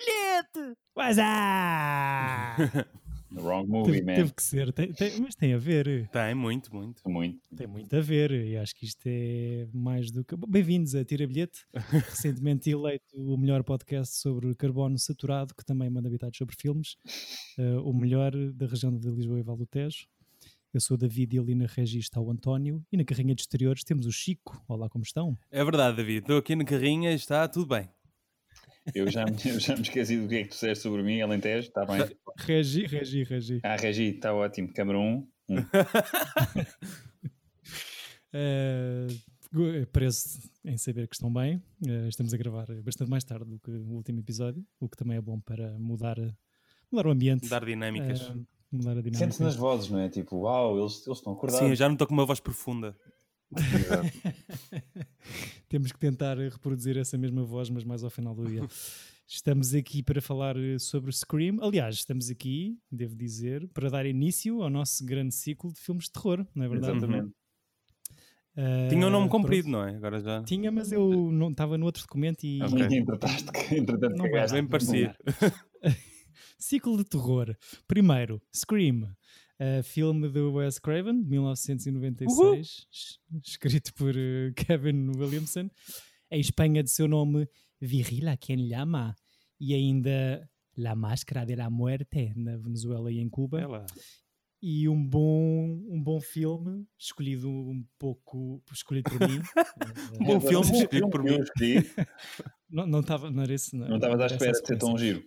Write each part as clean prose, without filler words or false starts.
bilhete! Mas The wrong movie, man. Teve que ser, mas tem a ver. Tem, muito. Tem muito a ver, e acho que isto é mais do que... Bem-vindos a Tira Bilhete, recentemente eleito o melhor podcast sobre carbono saturado, que também manda habitados sobre filmes, o melhor da região de Lisboa e Vale do Tejo. Eu sou o David e ali na regi está o António, e na carrinha de exteriores temos o Chico. Olá, como estão? É verdade, David, estou aqui na carrinha, está tudo bem. Eu já me esqueci do que é que tu disseste sobre mim, Alentejo, está bem? Regi. Regi, está ótimo, câmara 1. Preso em saber que estão bem. Estamos a gravar bastante mais tarde do que o último episódio, o que também é bom para mudar o ambiente. Mudar dinâmicas. Mudar a dinâmica. Sente-se nas vozes, não é? Tipo, uau, eles estão acordados. Sim, eu já não estou com uma voz profunda. Temos que tentar reproduzir essa mesma voz, mas mais ao final do dia. Estamos aqui para falar sobre Scream. Aliás, estamos aqui, devo dizer, para dar início ao nosso grande ciclo de filmes de terror, não é verdade? Exatamente. Tinha um nome comprido, não é? Agora já. Tinha, mas eu não estava no outro documento e... Okay. Entretanto, não vai bem parecer. Ciclo de terror. Primeiro, Scream. Filme do Wes Craven, de 1996, escrito por Kevin Williamson. Em Espanha, de seu nome Vigil a quien llama, e ainda La Máscara de la Muerte, na Venezuela e em Cuba. E um bom filme, escolhido por mim. Um bom filme, escolhido por mim. Não era isso. Não estavas à espera de ser tão giro.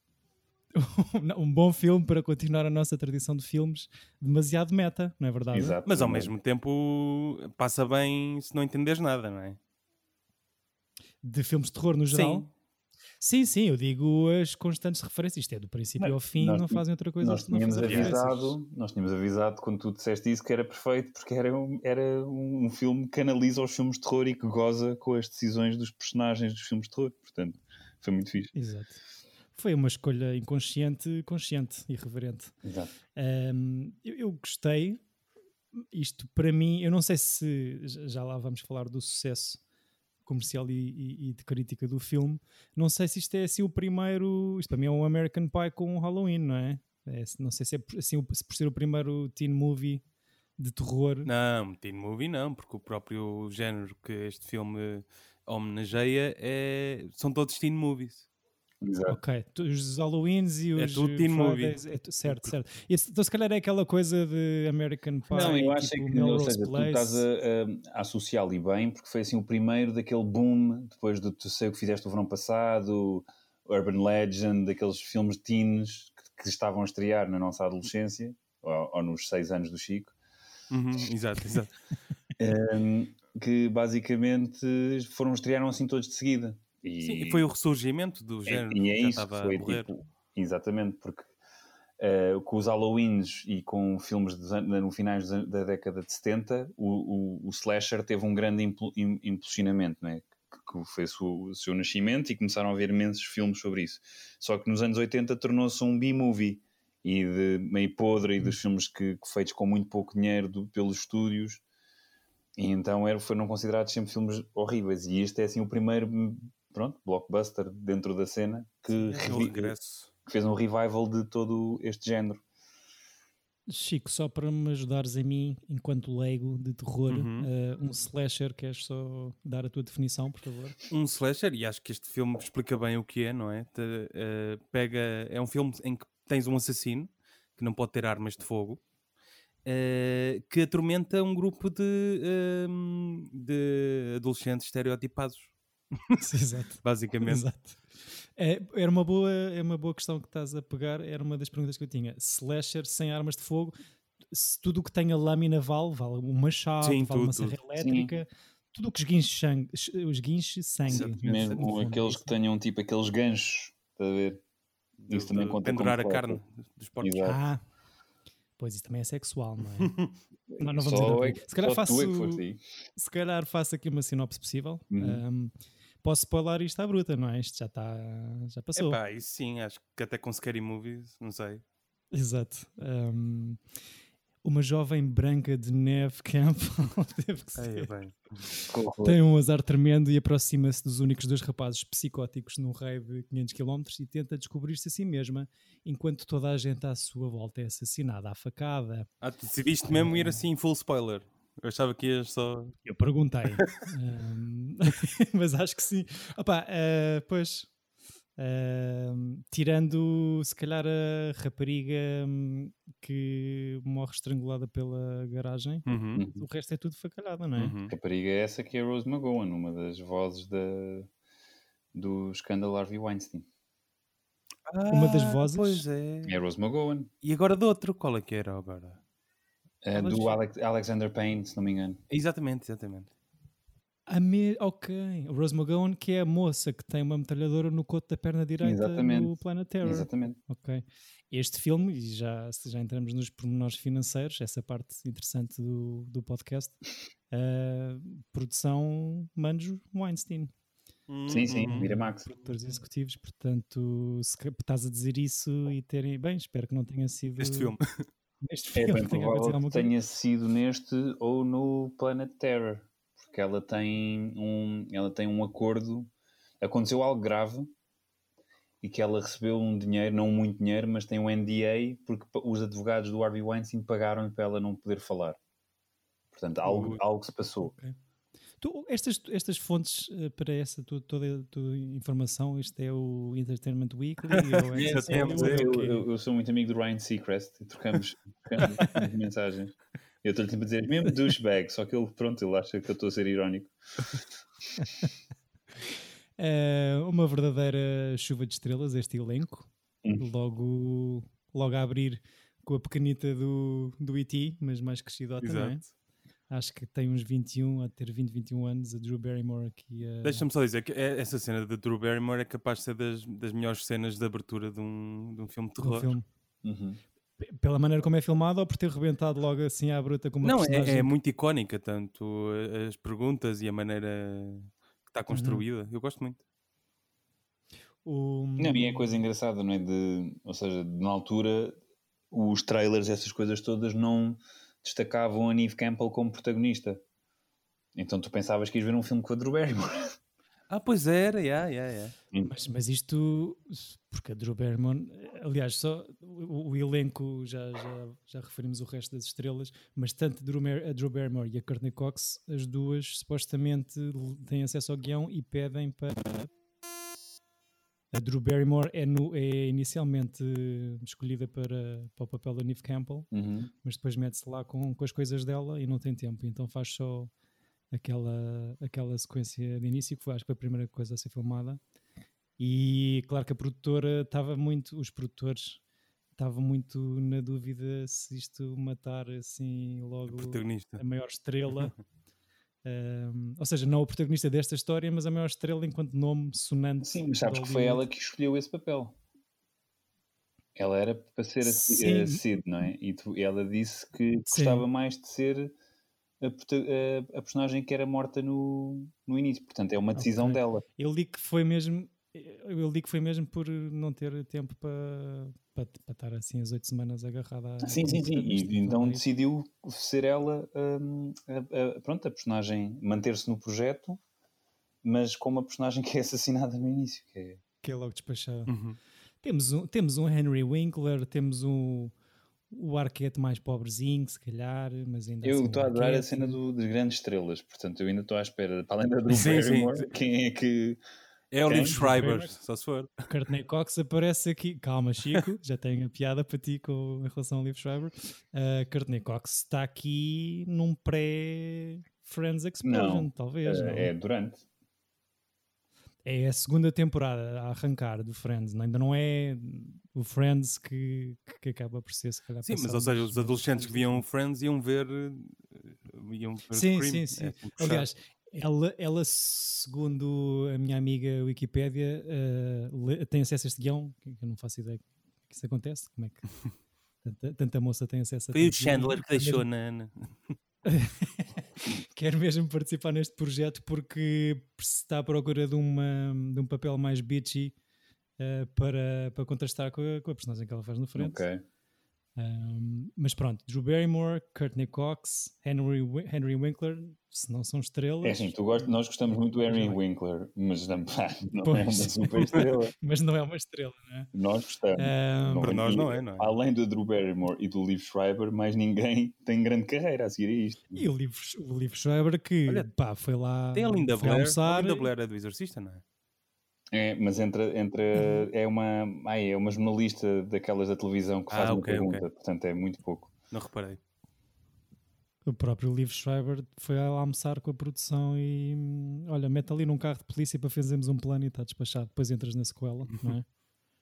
Um bom filme para continuar a nossa tradição de filmes demasiado meta, não é verdade? Exato, mas ao mesmo tempo passa bem se não entenderes nada, não é? De filmes de terror no geral? Sim, eu digo as constantes referências. Isto é do princípio ao fim, não fazem outra coisa. Nós tínhamos avisado quando tu disseste isso que era perfeito, porque era um filme que analisa os filmes de terror e que goza com as decisões dos personagens dos filmes de terror. Portanto, foi muito fixe. Exato. Foi uma escolha inconsciente, consciente e reverente. Exato. Eu gostei. Isto, para mim, eu não sei se... Já lá vamos falar do sucesso comercial e de crítica do filme. Não sei se isto é assim o primeiro... Isto para mim é um American Pie com Halloween, não é? Não sei se é assim, por ser o primeiro teen movie de terror. Não, teen movie não, porque o próprio género que este filme homenageia são todos teen movies. Exato. Ok, os Halloweens e os teen movie. Certo. Então se calhar é aquela coisa de American Pie. Não, eu acho tipo que Melrose tu estás a associá-lo bem, porque foi assim o primeiro daquele boom, depois do Tu Sei O Que Fizeste o Verão Passado, Urban Legend, daqueles filmes de teens que estavam a estrear na nossa adolescência, ou nos 6 anos do Chico. Exato. Que basicamente estrearam assim todos de seguida. Sim, e foi o ressurgimento do género. E é já isso, estava foi a morrer. tipo, exatamente, porque com os Halloweens e com filmes no finais da década de 70, o slasher teve um grande impulsionamento, não é? Que foi o seu nascimento, e começaram a haver imensos filmes sobre isso. Só que nos anos 80 tornou-se um B-movie, e de meio podre, e dos filmes feitos com muito pouco dinheiro pelos estúdios, e então foram considerados sempre filmes horríveis, e este é assim o primeiro blockbuster dentro da cena que fez um revival de todo este género. Chico, só para me ajudares a mim, enquanto leigo de terror, um slasher, queres só dar a tua definição, por favor? Um slasher, e acho que este filme explica bem o que é, não é? É um filme em que tens um assassino que não pode ter armas de fogo, que atormenta um grupo de adolescentes estereotipados. Exato. Basicamente. Exato. É uma boa questão que estás a pegar. Era uma das perguntas que eu tinha. Slasher sem armas de fogo, tudo o que tenha lâmina vale um machado, sim, vale uma serra elétrica, tudo o que esguinche sangue. Mesmo aqueles que tenham tipo aqueles ganchos, está a ver? Isso também conta pendurar a carne dos porcos. Pois isso também é sexual, não é? não vamos dizer. Se calhar faço aqui uma sinopse possível. Posso spoiler isto à bruta, não é? Isto já passou. Isso sim, acho que até com Scary Movies, não sei. Exato. Uma jovem branca de neve Campbell teve que Ai, ser. bem. Tem um azar tremendo e aproxima-se dos únicos 2 rapazes psicóticos num raio de 500 km e tenta descobrir-se a si mesma, enquanto toda a gente à sua volta é assassinada à facada. Tu decidiste mesmo ir assim full spoiler. Eu achava que ias só... Eu perguntei, mas acho que sim. Opa, pois, tirando se calhar a rapariga que morre estrangulada pela garagem, o resto é tudo facalhada, não é? Uhum. A rapariga é essa que é a Rose McGowan, uma das vozes do escândalo Harvey Weinstein. Uma das vozes? Pois é. É a Rose McGowan. E agora do outro, qual é que era agora? Do Alexander Payne, se não me engano. Exatamente. Ok, o Rose McGowan, que é a moça que tem uma metralhadora no coto da perna direita no Planet Terror. Exatamente. Ok. Este filme, e já entramos nos pormenores financeiros, essa parte interessante do podcast, produção Manjo Weinstein. Sim, Miramax. Produtores executivos, portanto, se estás a dizer isso e terem... Bem, espero que não tenha sido... Este filme. Neste É filme bem tenha acontecido provável alguma que coisa. tenha sido neste ou no Planet Terror, porque ela tem um acordo. Aconteceu algo grave e que ela recebeu um dinheiro, não muito dinheiro, mas tem um NDA porque os advogados do Harvey Weinstein pagaram-lhe para ela não poder falar. Portanto, algo se passou. Okay. Estas fontes para essa toda a informação, isto é o Entertainment Weekly? Eu sou muito amigo do Ryan Seacrest e trocamos mensagens. Eu estou-lhe sempre a dizer, mesmo douchebag, só que ele acha que eu estou a ser irónico. Uma verdadeira chuva de estrelas, este elenco. Logo a abrir com a pequenita do E.T., mas mais crescidota, não é? Acho que tem uns 21, a ter 20, 21 anos, a Drew Barrymore aqui. Deixa-me só dizer que essa cena da Drew Barrymore é capaz de ser das melhores cenas de abertura de um filme de terror. Pela maneira como é filmado ou por ter rebentado logo assim à bruta como uma personagem? É muito icónica, tanto as perguntas e a maneira que está construída. Eu gosto muito. Não, e é coisa engraçada, não é? Ou seja, na altura, os trailers, essas coisas todas, não destacavam a Neve Campbell como protagonista. Então tu pensavas que ias ver um filme com a Drew Barrymore. Pois era, Mas isto, porque a Drew Barrymore, aliás, só o elenco, já referimos o resto das estrelas, mas tanto a Drew Barrymore e a Courtney Cox, as duas supostamente têm acesso ao guião e pedem para... A Drew Barrymore é inicialmente escolhida para o papel da Neve Campbell, mas depois mete-se lá com as coisas dela e não tem tempo, então faz só aquela sequência de início, que acho que foi a primeira coisa a ser filmada. E claro que os produtores estavam muito na dúvida se isto matar assim logo a maior estrela. Ou seja, não o protagonista desta história, mas a maior estrela enquanto nome sonante. Sim, mas sabes que foi ela que escolheu esse papel. Ela era para ser a Sid, não é? E ela disse que gostava mais de ser a personagem que era morta no início. Portanto, é uma decisão dela. Eu li que foi mesmo por não ter tempo para estar assim as 8 semanas agarrada a... Sim. E então decidiu ser ela a personagem, manter-se no projeto, mas com uma personagem que é assassinada no início. Que é logo despachada. Temos um Henry Winkler, temos o Arquette mais pobrezinho, se calhar, mas ainda eu assim estou a adorar a cena das grandes estrelas, portanto eu ainda estou à espera, para além da Drew Barrymore, quem é que... É o Liv Schreiber, só se for. Courtney Cox aparece aqui. Calma, Chico, já tenho a piada para ti em relação ao Liv Schreiber. Courtney Cox está aqui num pré-Friends Explosion, talvez. Não? É durante. É a segunda temporada a arrancar do Friends, ainda não é o Friends que acaba por ser, se calhar. Sim, mas ou seja, os adolescentes que viam Friends iam ver Sim. Aliás, ela, segundo a minha amiga Wikipédia, tem acesso a este guião, que eu não faço ideia que isso acontece. Como é que tanta moça tem acesso a... Foi o Chandler que deixou Quero mesmo participar neste projeto porque está à procura de um papel mais bitchy para contrastar com a personagem que ela faz no Friends. Mas pronto, Drew Barrymore, Courtney Cox, Henry Winkler, se não são estrelas. É assim, nós gostamos muito do Henry Já vai. Winkler, mas não é Pois. uma super estrela. Mas não é uma estrela, não é? Nós gostamos. Para nós não é, não é? Além do Drew Barrymore e do Liev Schreiber, mais ninguém tem grande carreira a seguir a isto. E o Liev Schreiber que Olha, pá, foi lá Tem a Linda foi Blair. almoçar. A Linda Blair é do Exorcista, não é? É, mas é uma jornalista daquelas da televisão que faz uma pergunta, portanto é muito pouco. Não reparei. O próprio Liev Schreiber foi lá almoçar com a produção e olha, mete ali num carro de polícia para fazermos um plano e está despachado. Depois entras na sequela, não é?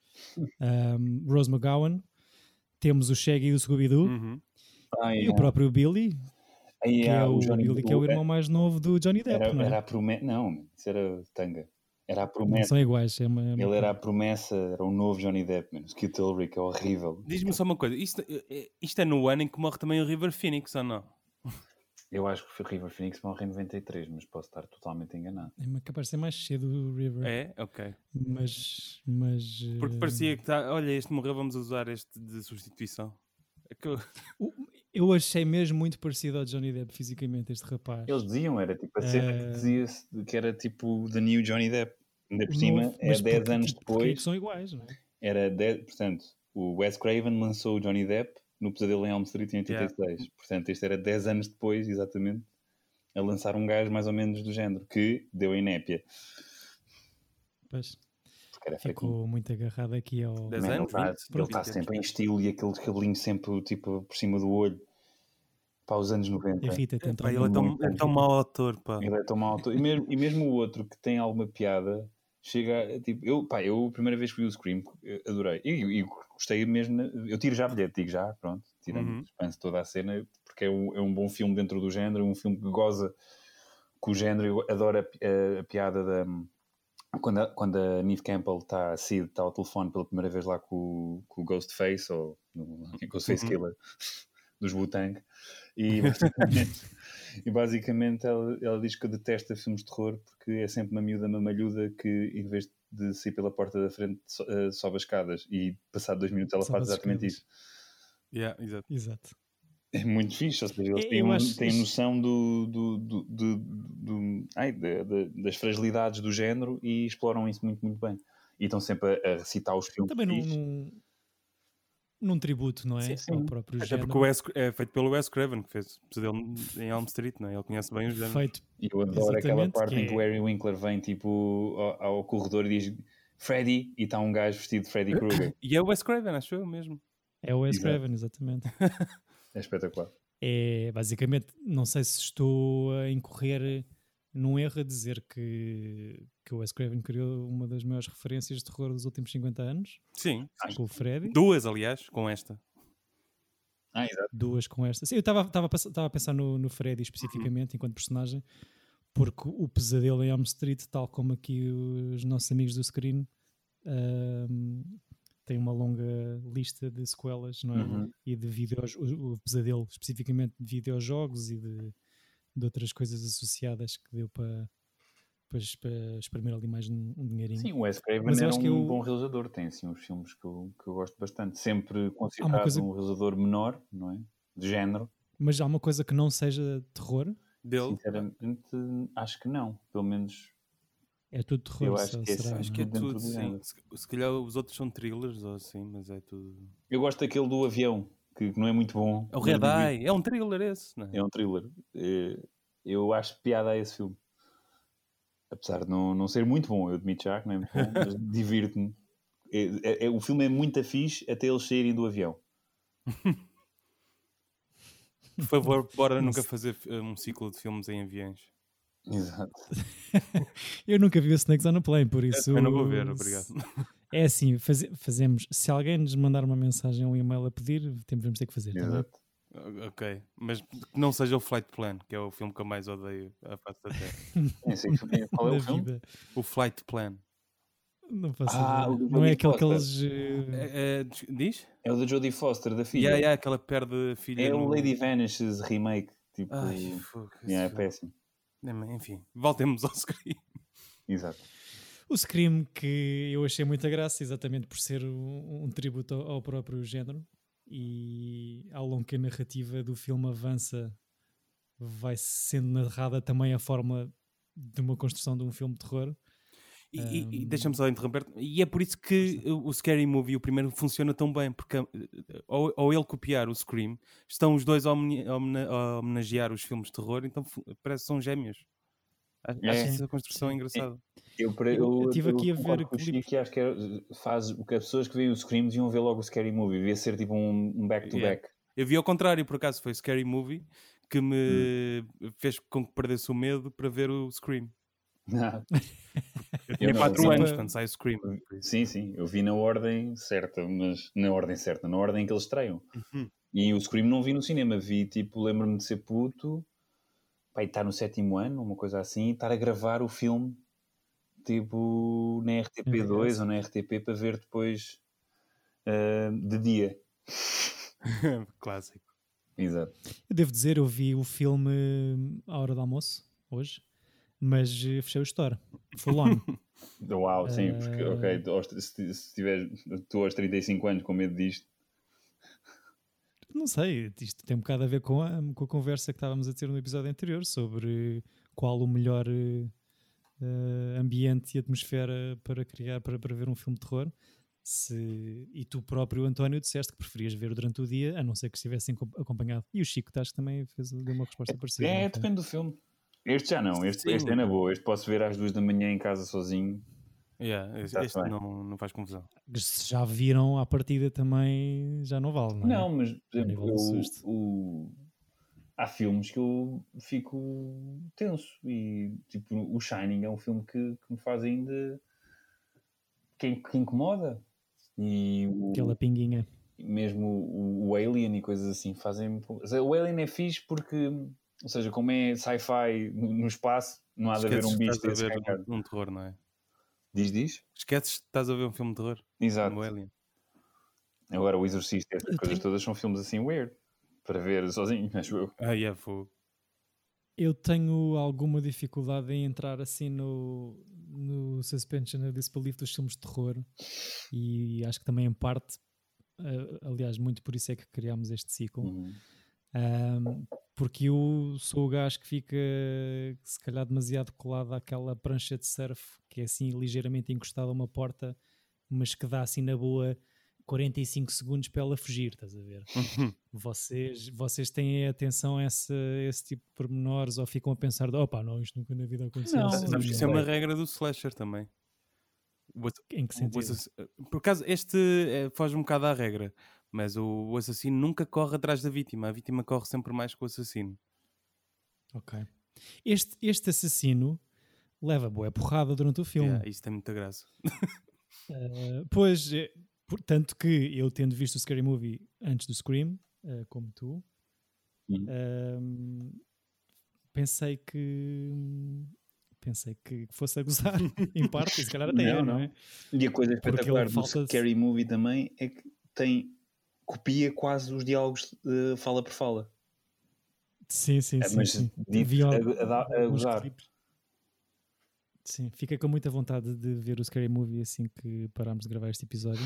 Rose McGowan, temos o Shaggy do Scooby-Doo e o próprio Billy, que é o Billy, que é o irmão mais novo do Johnny Depp, não é? Era a promessa, não, isso era Tanga. Era a Não promessa. são iguais. Ele era a promessa, era o novo Johnny Depp, menos que o Tilric é horrível. Diz-me só uma coisa, isto é no ano em que morre também o River Phoenix, ou não? Eu acho que o River Phoenix morre em 93, mas posso estar totalmente enganado. É capaz de ser mais cedo o River. É? Ok. Mas Porque parecia que olha, este morreu, vamos usar este de substituição. É que eu achei mesmo muito parecido ao Johnny Depp fisicamente, este rapaz. Eles diziam, era tipo a cena que dizia-se que era tipo The New Johnny Depp. Ainda por cima, novo, é 10 anos depois. Que são iguais, não é? Era 10, portanto, o Wes Craven lançou o Johnny Depp no Pesadelo em Elm Street em 86. Yeah. Portanto, este era 10 anos depois, exatamente, a lançar um gajo mais ou menos do género, que deu a inépia. Pois. Ficou muito agarrado aqui ao... 10 anos, ele está sempre em estilo e aquele cabelinho sempre tipo por cima do olho. Para os anos 90. Irrita tanto. Ele é tão mau ator, pá. Ele é tão mau ator. E mesmo o outro que tem alguma piada, chega, tipo, eu a primeira vez que vi o Scream, adorei. E gostei mesmo, eu tiro já bilhete, digo já, pronto, tirando suspense toda a cena, porque é um bom filme dentro do género, um filme que goza com o género. Eu adoro a piada da... Quando a Neve Campbell está ao telefone pela primeira vez lá com o Ghostface, ou no Ghostface Killer dos Wu-Tang, e basicamente ela diz que detesta filmes de terror porque é sempre uma miúda mamalhuda que em vez de sair pela porta da frente sobe as escadas, e passado 2 minutos ela faz exatamente isso. Exato. É muito fixe, ou seja, eles têm noção das fragilidades do género e exploram isso muito, muito bem. E estão sempre a recitar os filmes. Também num tributo, não é? Sim. Ao próprio género. Porque é feito pelo Wes Craven, que fez Pesadelo em Elm Street, não é? Ele conhece bem os géneros. E eu adoro aquela parte em que o Harry Winkler vem tipo ao corredor e diz Freddy, e está um gajo vestido de Freddy Krueger. E é o Wes Craven, acho eu mesmo. É o Wes Craven, exatamente. É espetacular. É, basicamente, não sei se estou a incorrer num erro a dizer que o Wes Craven criou uma das maiores referências de terror dos últimos 50 anos. Sim. Com o Freddy. 2, aliás, com esta. Exato. 2 com esta. Sim, eu estava a pensar no Freddy especificamente, enquanto personagem, porque o Pesadelo em Elm Street, tal como aqui os nossos amigos do Screen, tem uma longa lista de sequelas, não é? E de o Pesadelo especificamente de videojogos e de outras coisas associadas que deu para exprimir ali mais um dinheirinho. Sim, o Wes Craven era um bom realizador, tem assim uns filmes que eu gosto bastante, sempre considerado um realizador menor, não é? De género. Mas há uma coisa que não seja terror? Dele? Sinceramente, acho que não, pelo menos... É tudo terror. Eu acho que é tudo, sim. Se calhar os outros são thrillers ou assim, mas é tudo... Eu gosto daquele do avião, que não é muito bom. É o Red Eye, é um thriller esse, não é? É um thriller. Eu acho piada a esse filme. Apesar de não ser muito bom, eu admito já que não é muito bom, mas divirto-me. O filme é muito fixe até eles saírem do avião. Por favor, bora nunca fazer um ciclo de filmes em aviões. Exato. Eu nunca vi o Snakes on a Plane, por isso... Eu não vou ver, obrigado. É assim, fazemos... Se alguém nos mandar uma mensagem ou um e-mail a pedir, vamos ter que fazer. Exato. Tá, ok, mas que não seja o Flight Plan, que é o filme que eu mais odeio à face da Terra. Qual é o filme? O Flight Plan. Não faço ideia. Não é aquele que eles... Diz? É o da Jodie Foster, da filha. Aquela perde a filha. É o Lady Vanishes remake. Tipo, é péssimo. Enfim, voltemos ao Scream. Exato. O Scream, que eu achei muita graça, exatamente por ser um tributo ao próprio género. e ao longo que a narrativa do filme avança, vai sendo narrada também a forma de uma construção de um filme de terror. E deixa-me só interromper. E é por isso que o Scary Movie, o primeiro, funciona tão bem, porque ao ele copiar o Scream, estão os dois a homenagear os filmes de terror, então parece que são gêmeos. Acho essa construção engraçada. Eu tive aqui a ver com o Chico, e acho que faz o que as pessoas que veem o Scream deviam ver logo o Scary Movie, devia ser tipo um back-to-back. Eu vi ao contrário, por acaso, foi o Scary Movie que me fez com que perdesse o medo para ver o Scream. Eu tinha 4 anos quando sai o Scream. Sim, eu vi na ordem certa, mas na ordem em que eles estreiam. E o Scream não vi no cinema, vi tipo, lembro-me de ser puto, pá, e estar no 7º ano, uma coisa assim, e estar a gravar o filme tipo na RTP2 ou na RTP para ver depois de dia. Clássico. Exato. Eu devo dizer, eu vi o filme à hora do almoço, hoje, mas fechei o store. Full on. Uau, sim, porque, ok, se tiver tu aos 35 anos com medo disto. Não sei, isto tem um bocado a ver com a conversa que estávamos a ter no episódio anterior sobre qual o melhor ambiente e atmosfera para criar, para ver um filme de terror. E tu próprio, António, disseste que preferias ver durante o dia, a não ser que estivessem acompanhado. E o Chico, acho que também deu uma resposta parecida. Depende do filme. Este já não, este é na boa. Este posso ver às 2 da manhã em casa sozinho. Este não faz confusão. Se já viram à partida também, já não vale, não é? Não, mas por exemplo, há filmes que eu fico tenso e tipo o Shining é um filme que me faz ainda que incomoda. E aquela pinguinha. Mesmo o Alien e coisas assim fazem. O Alien é fixe porque, ou seja, como é sci-fi no espaço, não há de haver um bicho desse a ver um terror, não é? Diz? Esqueces que estás a ver um filme de terror. Exato. No Alien. Agora o Exorcista, essas coisas todas são filmes assim weird para ver sozinho, acho eu. Fogo. Eu tenho alguma dificuldade em entrar assim no suspension of disbelief dos filmes de terror, e acho que também em parte, aliás, muito por isso é que criámos este ciclo. Porque eu sou o gajo que fica se calhar demasiado colado àquela prancha de surf que é assim ligeiramente encostada a uma porta, mas que dá assim na boa 45 segundos para ela fugir, estás a ver? Vocês têm atenção a esse tipo de pormenores, ou ficam a pensar, não, isto nunca na vida aconteceu. Não, sabes que isso é uma regra do slasher também. Em que sentido? Por acaso, este foge um bocado à regra, mas o assassino nunca corre atrás da vítima, a vítima corre sempre mais com o assassino. Ok. Este assassino leva boa porrada durante o filme. Isso tem muita graça. Pois, tanto que eu, tendo visto o Scary Movie antes do Scream, como tu, pensei que fosse a gozar, em parte, e se calhar até não é? E a coisa espetacular do Scary Movie também é que copia quase os diálogos fala por fala. Sim. Mas dito a gozar. Sim, fica com muita vontade de ver o Scary Movie assim que pararmos de gravar este episódio.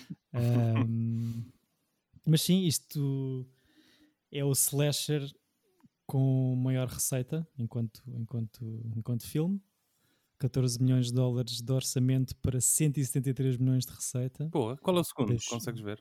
Mas sim, isto é o slasher com maior receita enquanto filme. 14 milhões de dólares de orçamento para 173 milhões de receita. Pô, qual é o segundo? Consegues ver?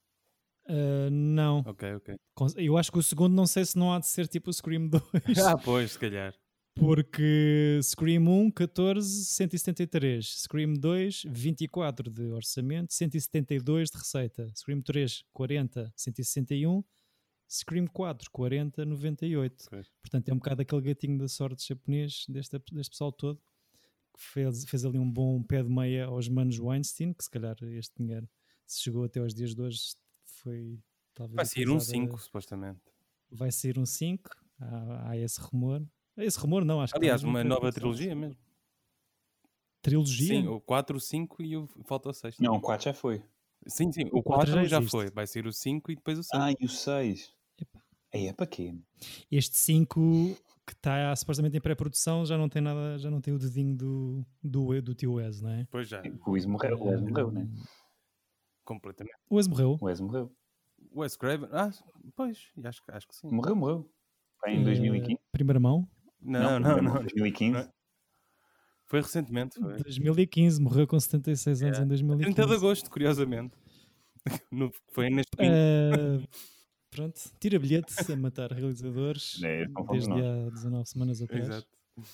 Não. Ok. Eu acho que o segundo, não sei se não há de ser tipo o Scream 2. Pois, se calhar. Porque Scream 1, 14, 173. Scream 2, 24 de orçamento, 172 de receita. Scream 3, 40, 161. Scream 4, 40, 98. Okay. Portanto, é um bocado aquele gatinho da sorte japonês deste pessoal todo, que fez ali um bom pé de meia aos manos Weinstein, que se calhar este dinheiro, se chegou até aos dias de hoje, foi talvez... Vai sair um 5, supostamente. Vai sair um 5, há esse rumor. Esse rumor não, acho que... Aliás, uma nova trilogia mesmo. Trilogia? Sim, o 4, o 5 e falta o 6. Não, o 4 já foi. Sim, o 4 já foi. Vai sair o 5 e depois o 6. E o 6. É para quê? Este 5 que está supostamente em pré-produção já não tem nada, já não tem o dedinho do tio Wes, não é? Pois já. O Wes morreu, não é? Completamente. O Wes morreu? O Wes morreu. Wes Craven? Pois, acho que sim. Morreu. Foi em 2015? Primeira mão? Não. 2015? Foi recentemente. Foi. 2015, morreu com 76 anos em 2015. 30 de agosto, curiosamente. Foi neste domingo. Pronto, tira bilhete a matar realizadores desde há 19 semanas atrás. Exato.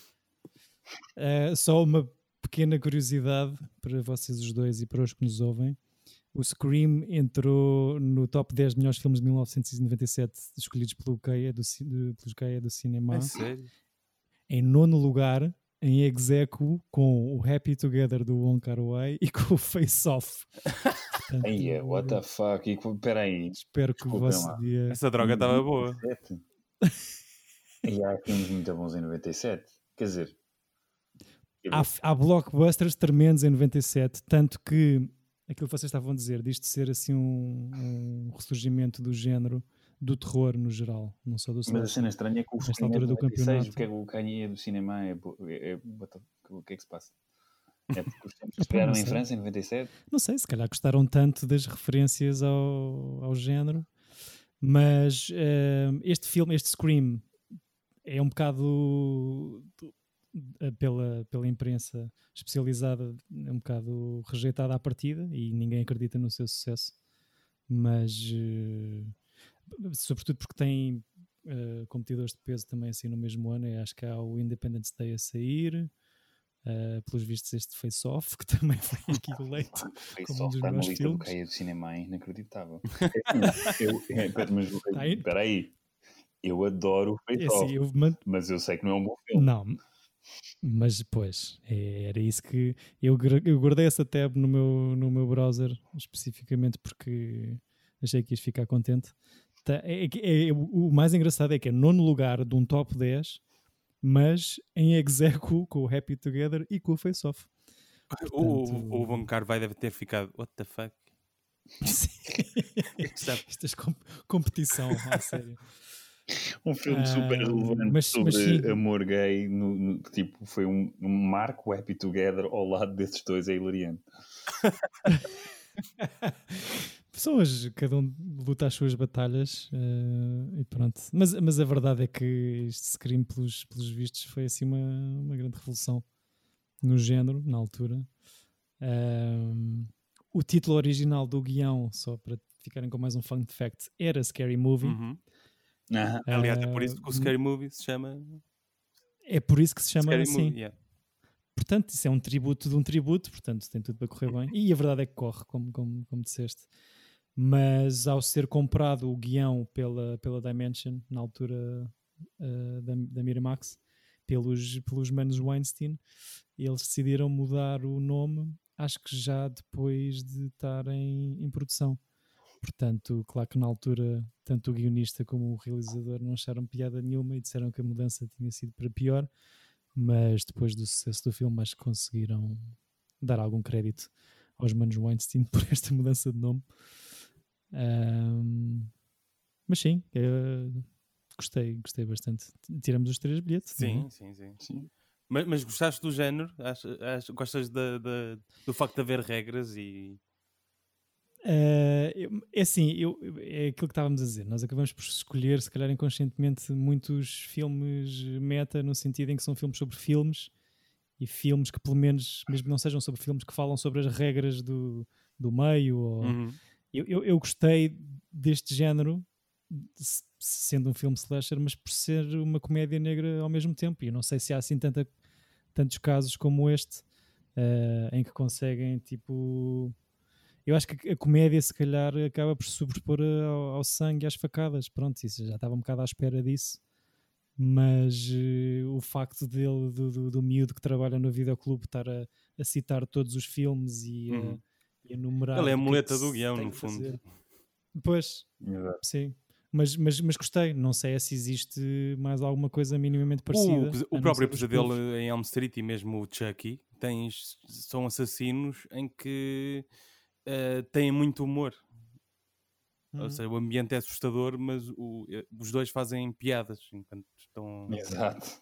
Só uma pequena curiosidade para vocês os dois e para os que nos ouvem. O Scream entrou no top 10 melhores filmes de 1997 escolhidos pelo Gaia do Cinema. É sério? Em nono lugar, em execuo com o Happy Together do Wong Kar-wai e com o Face Off. Portanto, what the fuck? Espera aí. Espero que o vosso dia... Essa droga estava boa. E há filmes muito bons em 97. Quer dizer... Há blockbusters tremendos em 97, tanto que aquilo que vocês estavam a dizer, disto ser assim um ressurgimento do género do terror no geral, não só do slasher. Mas a cena estranha é que o nesta altura do campeonato, o que é que o Kanye do cinema o que é que se passa? É porque os tempos esperaram em França em 97? Não sei, se calhar gostaram tanto das referências ao género, mas este filme, este Scream, é um bocado... Pela imprensa especializada, é um bocado rejeitada à partida e ninguém acredita no seu sucesso, mas sobretudo porque tem competidores de peso também assim no mesmo ano. Eu acho que há o Independence Day a sair, pelos vistos este Face Off, que também foi aqui eleito como um dos melhores filmes. Do Caia do Cinema é inacreditável. Mas espera aí, eu adoro o Face Off, mas eu sei que não é um bom filme. Não. Mas, pois, era isso que... Eu guardei essa tab no meu browser, especificamente porque achei que ias ficar contente. O mais engraçado é que é nono lugar de um top 10, mas em execuo com o Happy Together e com o Face Off. O Wong Kar-wai deve ter ficado, what the fuck? Isto é competição, a sério. Um filme super relevante sobre amor gay, tipo, foi um marco Happy Together ao lado desses dois, é hilariante. Pessoas, cada um luta as suas batalhas e pronto. Mas a verdade é que este Scream, pelos vistos, foi assim uma grande revolução no género, na altura. O título original do guião, só para ficarem com mais um fun fact, era Scary Movie. Uhum. Aliás, é por isso que o Scary Movie se chama... É por isso que se chama Scary assim. Movie, yeah. Portanto, isso é um tributo de um tributo, portanto tem tudo para correr bem. E a verdade é que corre, como disseste. Mas ao ser comprado o guião pela Dimension, na altura da Miramax, pelos manos Weinstein, eles decidiram mudar o nome, acho que já depois de estar em produção. Portanto, claro que na altura tanto o guionista como o realizador não acharam piada nenhuma e disseram que a mudança tinha sido para pior, mas depois do sucesso do filme acho que conseguiram dar algum crédito aos manos Weinstein por esta mudança de nome. Mas sim, gostei bastante. Tiramos os 3 bilhetes. Sim. Mas gostaste do género? Gostas do facto de haver regras e... É assim, é aquilo que estávamos a dizer. Nós acabamos por escolher, se calhar inconscientemente, muitos filmes meta, no sentido em que são filmes sobre filmes e filmes que, pelo menos, mesmo que não sejam sobre filmes, que falam sobre as regras do meio. Ou... Eu gostei deste género, sendo um filme slasher, mas por ser uma comédia negra ao mesmo tempo. E eu não sei se há assim tantos casos como este em que conseguem, tipo... Eu acho que a comédia, se calhar, acaba por se sobrepor ao sangue e às facadas. Pronto, isso já estava um bocado à espera disso. Mas o facto do miúdo que trabalha no videoclube estar a citar todos os filmes e a enumerar... Ele é a muleta do guião, no fundo. Pois, sim. Mas gostei. Não sei se existe mais alguma coisa minimamente parecida. O próprio Pesadelo em Elm Street e mesmo o Chucky são assassinos em que... têm muito humor. Ou seja, o ambiente é assustador, mas os dois fazem piadas enquanto estão... Exato.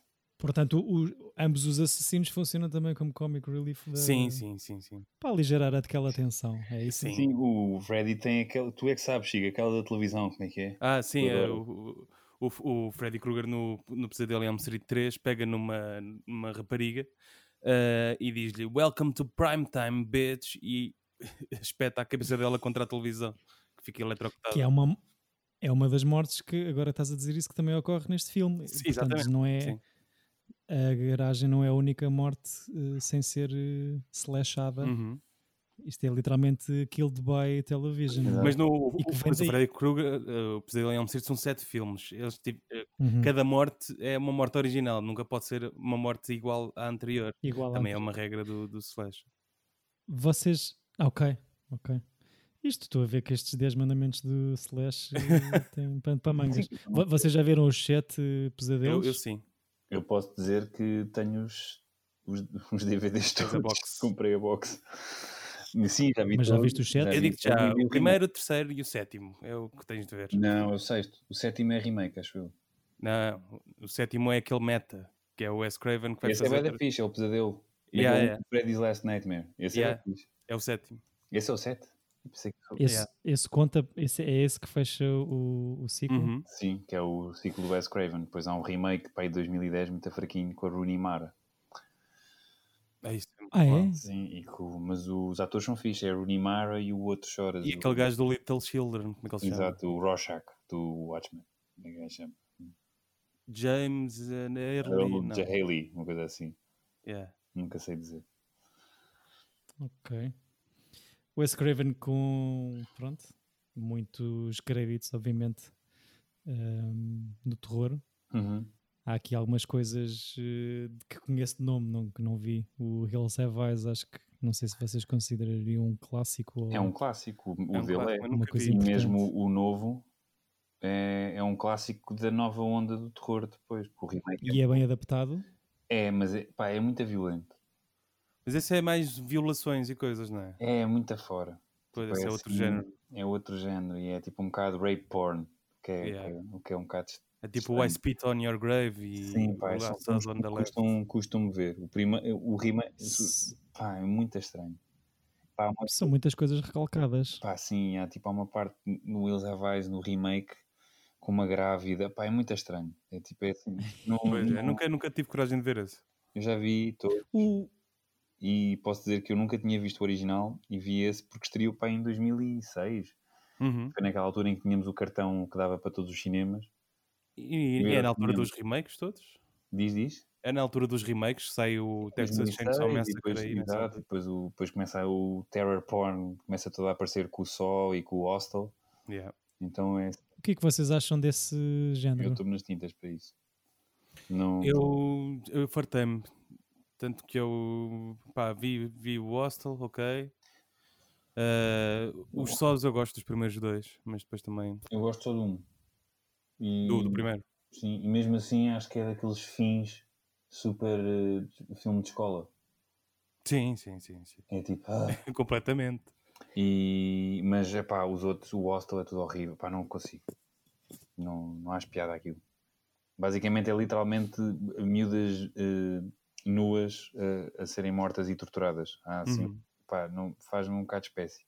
Portanto, ambos os assassinos funcionam também como comic relief Sim. para aligerar aquela tensão. É isso? Sim. Sim, o Freddy tem aquele. Tu é que sabes, Chico, aquela da televisão, como é que é? Ah, sim, Eu o, o Freddy Krueger no Pesadelo em Elm Street 3 pega numa rapariga e diz-lhe Welcome to Primetime, bitch, e espeta a cabeça dela contra a televisão, que fica eletrocutada. Que é uma das mortes que, agora estás a dizer isso, que também ocorre neste filme. Sim, Portanto, exatamente. não é, Sim. a garagem não é a única morte sem ser slashada. Uhum. Isto é literalmente killed by television. Exato. Mas no E que vem mas o daí. Freddy Krueger, o Pesadelo em Elm Street, são 7 filmes. Eles, Uhum. cada morte é uma morte original, nunca pode ser uma morte igual à anterior. Igual Também é antes. uma regra do Slash. Vocês. Ok. Isto, estou a ver que estes 10 mandamentos do Slash têm pano para mangas. Vocês já viram os 7 pesadelos? Eu sim. Eu posso dizer que tenho os DVDs Tens a todos. box. Comprei a box. Sim, já vi Mas já todos, viste os 7? Eu vi digo já, todos e vi o primeiro, o terceiro e o sétimo. É o que tens de ver. Não, é o sexto. O sétimo é remake, acho eu. Não, o sétimo é aquele meta, que é o Wes Craven que vai Esse é fazer. bem da fixe, é o pesadelo. Yeah, Aquele yeah. Freddy's Last Nightmare. Esse é Yeah. bem fixe. É o sétimo. Esse é o 7? Pensei que foi- Esse conta, é esse que fecha o ciclo? Uhum. Sim, que é o ciclo do Wes Craven. Depois há um remake para aí de 2010, muito fraquinho, com a Rooney Mara. É isso. Ah, Uau. é? Sim, mas os atores são fixe, é a Rooney Mara e o outro Choras. E aquele gajo do Little Children, como é que ele se chama? Exato, o Rorschach, do Watchmen. Como é que ele chama? James Early. O Não. Haley, uma coisa assim. Yeah. Nunca sei dizer. Ok. Wes Craven com, pronto, muitos créditos, obviamente, no terror. Uhum. Há aqui algumas coisas que conheço de nome, que não vi. O Hills Have Eyes, acho que, não sei se vocês considerariam um clássico. Ou É um clássico, o É um dele clássico, é. mas uma nunca coisa vi. E importante. mesmo o novo é um clássico da nova onda do terror depois. O remake E é bem adaptado. mas pá, é muito violento. Mas esse é mais violações e coisas, não é? É muito afora. Pois, Tipo, esse é outro assim, género. É outro género e é tipo um bocado rape porn, Yeah. o que é um bocado É tipo estranho. I Spit on Your Grave e Sim, pá, o são Last filmes House on que the Left. custam ver. O remake, pá, é muito estranho. Pá, São muitas coisas recalcadas. pá, sim, há uma parte no Hills Have Eyes, no remake, com uma grávida, pá, é muito estranho. É tipo, é assim, Pois é, nunca tive coragem de ver esse. eu já vi todos e posso dizer que eu nunca tinha visto o original e vi esse porque estreou pá, em 2006. Uhum. Foi naquela altura em que tínhamos o cartão que dava para todos os cinemas. E é na altura dos remakes todos? Diz? É na altura dos remakes que sai o Texas 2006, Chainsaw e Massacre depois, aí nessa exato, altura. depois começa o terror porn, começa todo a aparecer com o Saw e com o Hostel. Yeah. Então O que é que vocês acham desse eu género? estou nas tintas para isso. Não, Eu fartei-me. Tanto que eu vi o Hostel, ok. Os Saws eu gosto dos primeiros dois, mas depois também eu gosto só de um. do primeiro. Sim, e mesmo assim acho que é daqueles fins super filme de escola. Sim. É tipo, Completamente. mas é pá, os outros, o Hostel é tudo horrível, pá, não consigo. Não acho piada aquilo. Basicamente é literalmente miúdas nuas a serem mortas e torturadas. Assim, pá, não, faz-me um bocado de espécie.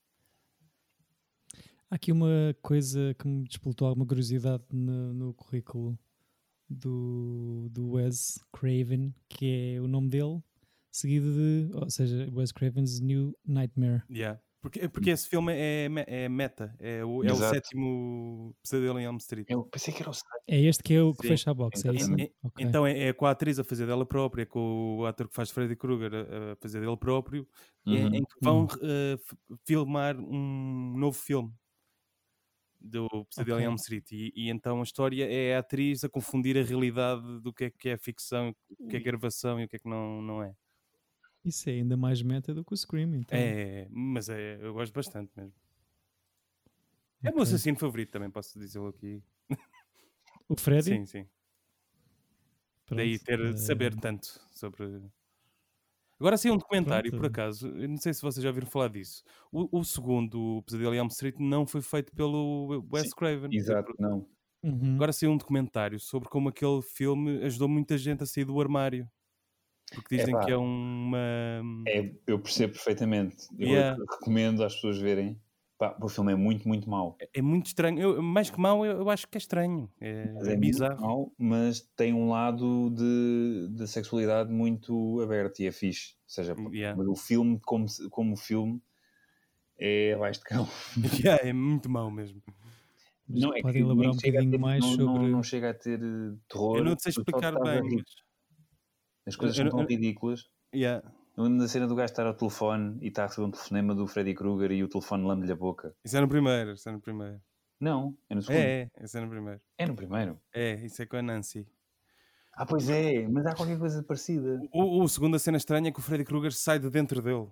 Há aqui uma coisa que me despoltou alguma curiosidade no currículo do Wes Craven, que é o nome dele, seguido ou seja, Wes Craven's New Nightmare. Yeah. Porque esse filme é meta, é o Exato. sétimo Pesadelo em Elm Street. Eu pensei que era o É este que é o que Sim, fecha a box, é isso? exatamente. Ok. Então é com a atriz a fazer dela própria, com o ator que faz Freddy Krueger a fazer dele próprio, em que vão filmar um novo filme do Pesadelo em Elm Street. E então a história é a atriz a confundir a realidade do que é ficção, o que é gravação e o que é que não é. Isso é ainda mais meta do que o Scream, então. Mas eu gosto bastante mesmo. É o meu assassino favorito, também posso dizê-lo aqui. O Freddy? Sim. Pronto. Daí saber tanto sobre... Agora sim, um documentário, por acaso, eu não sei se vocês já ouviram falar disso. O segundo, o Pesadelo em Elm Street, não foi feito pelo Wes Craven. Exato, não. Uhum. Agora saiu um documentário sobre como aquele filme ajudou muita gente a sair do armário. Porque dizem Epá, que é uma... eu percebo perfeitamente. Eu Yeah. recomendo às pessoas verem. Pá, o filme é muito, muito mau. É muito estranho. Mais que mau, eu acho que é estranho. Mas É é muito bizarro. mau, mas tem um lado de sexualidade muito aberto e é fixe. Ou seja, Yeah. mas o filme, como filme, é abaixo de cão. Yeah, é muito mau mesmo. Mas Não, é podem que elaborar nem um chega a bocadinho ter, mais sobre... não chega a ter terror, Eu não te sei tu só explicar estás a bem, rir. mas... As coisas Eu são tão ridículas. Yeah. Eu lembro da cena do gajo estar ao telefone e está a receber um telefonema do Freddy Krueger e o telefone lambe-lhe a boca. Isso é no primeiro, isso é no primeiro. Não, é no segundo. Isso é no primeiro. É no primeiro. Isso é com a Nancy. Ah, pois é, mas há qualquer coisa parecida. O segundo, a cena estranha é que o Freddy Krueger sai de dentro dele.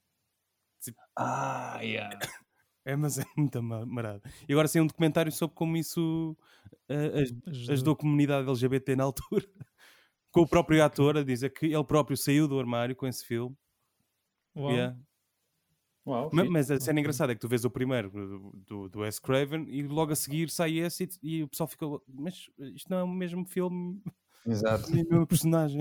Ah, yeah. Mas é muito marado. E agora sim um documentário sobre como isso ajudou a comunidade LGBT na altura. Com o próprio ator a dizer que ele próprio saiu do armário com esse filme. Uau. Yeah. Uau, Mas a cena engraçada é que tu vês o primeiro do Wes Craven e logo a seguir sai esse e o pessoal fica, mas isto não é o mesmo filme. Exato. Nem a mesma personagem.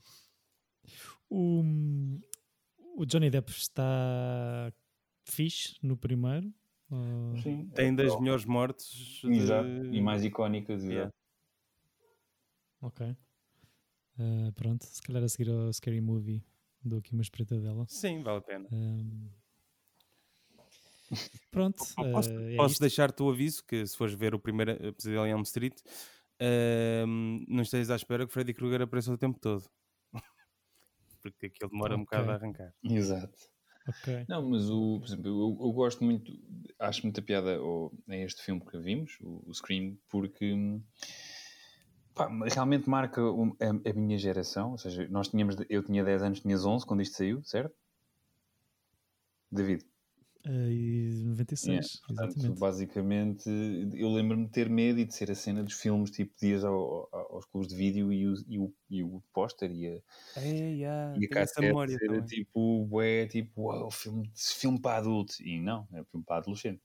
O Johnny Depp está fixe no primeiro. Sim, Tem das melhores mortes. Exato. E mais icónicas. Yeah. Ok. Pronto, se calhar a seguir ao Scary Movie dou aqui uma espreita dela. Sim, vale a pena. Pronto. Posso deixar-te o aviso que se fores ver o primeiro Pesadelo em Elm Street, não estejas à espera que Freddy Krueger apareça o tempo todo. Porque aquilo demora um bocado a arrancar. Exato. Ok. Não, mas por exemplo, eu gosto muito, acho muita piada a este filme que vimos, o Scream, porque realmente marca a minha geração. Ou seja, eu tinha 10 anos, tinhas 11 quando isto saiu, certo? David? 96, Portanto, exatamente. basicamente, eu lembro-me de ter medo e de ser a cena dos filmes, tipo, dias aos clubes de vídeo e o póster e a cassete era tipo, uau, filme para adulto. E não, é filme para adolescente.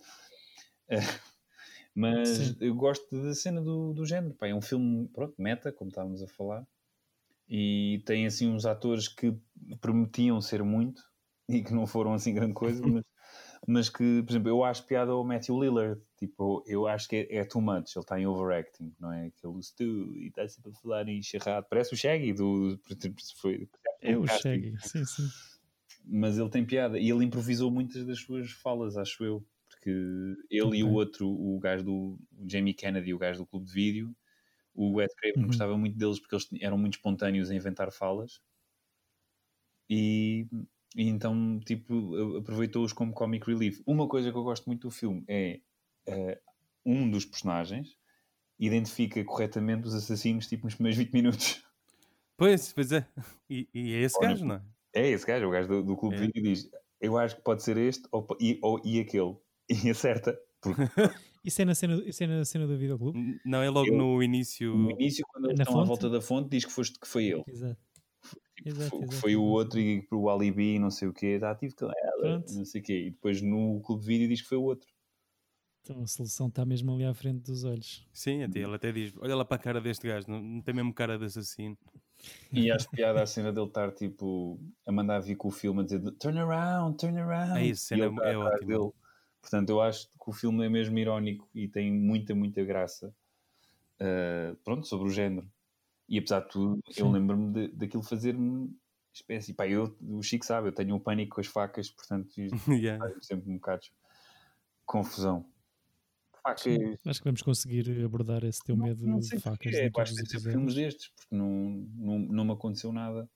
Mas sim, eu gosto da cena do género. Pá, é um filme, pronto, meta, como estávamos a falar. E tem, assim, uns atores que prometiam ser muito e que não foram, assim, grande coisa, mas que, por exemplo, eu acho piada ao Matthew Lillard. Tipo, eu acho que é too much. Ele está em overacting, não é? Aquele Stu e está sempre a falar em enxerrado. Parece o Shaggy é o Shaggy, sim, sim. Mas ele tem piada. E ele improvisou muitas das suas falas, acho eu. Porque ele e o outro, o gajo do Jamie Kennedy, o gajo do Clube de Vídeo, o Wes Craven gostava muito deles porque eles eram muito espontâneos a inventar falas. E então, tipo, aproveitou-os como comic relief. Uma coisa que eu gosto muito do filme é um dos personagens identifica corretamente os assassinos, tipo, nos primeiros 20 minutos. Pois é. E é esse gajo, não é? É esse gajo, o gajo do Clube de Vídeo diz, eu acho que pode ser este e aquele. E acerta. Porque... Isso é na cena do videoclube? Não, é logo no início. No início, quando eles estão à volta da fonte, diz que foi ele. Exato. Que foi o outro e para o alibi não sei o quê, está ativo com ela, não sei o quê. E depois no Clube de Vídeo diz que foi o outro. Então a solução está mesmo ali à frente dos olhos. Sim, ele até diz, olha lá para a cara deste gajo, não tem mesmo cara de assassino. E acho piada a cena dele estar tipo a mandar vir com o filme a dizer turn around. Isso, cena é ótimo. Portanto, eu acho que o filme é mesmo irónico e tem muita, muita graça pronto, sobre o género. E apesar de tudo, eu lembro-me daquilo fazer-me espécie. Pá, o Chico sabe, eu tenho um pânico com as facas, portanto, faz sempre um bocado de confusão. Facas. Acho que vamos conseguir abordar esse teu medo de facas. Eu acho que tem sempre filmes destes, porque não me aconteceu nada.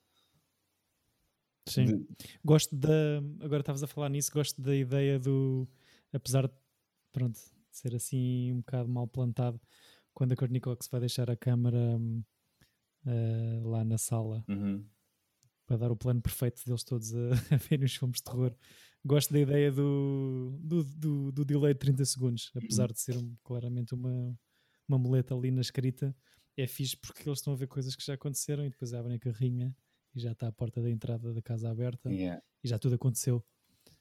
Sim. Gosto agora estavas a falar nisso, gosto da ideia apesar de, pronto, ser assim um bocado mal plantado, quando a Courtney Cox vai deixar a câmara lá na sala para dar o plano perfeito deles todos a verem os filmes de terror. Gosto da ideia do delay de 30 segundos, apesar de ser claramente uma muleta ali na escrita. É fixe porque eles estão a ver coisas que já aconteceram e depois abrem a carrinha e já está a porta da entrada da casa aberta e já tudo aconteceu.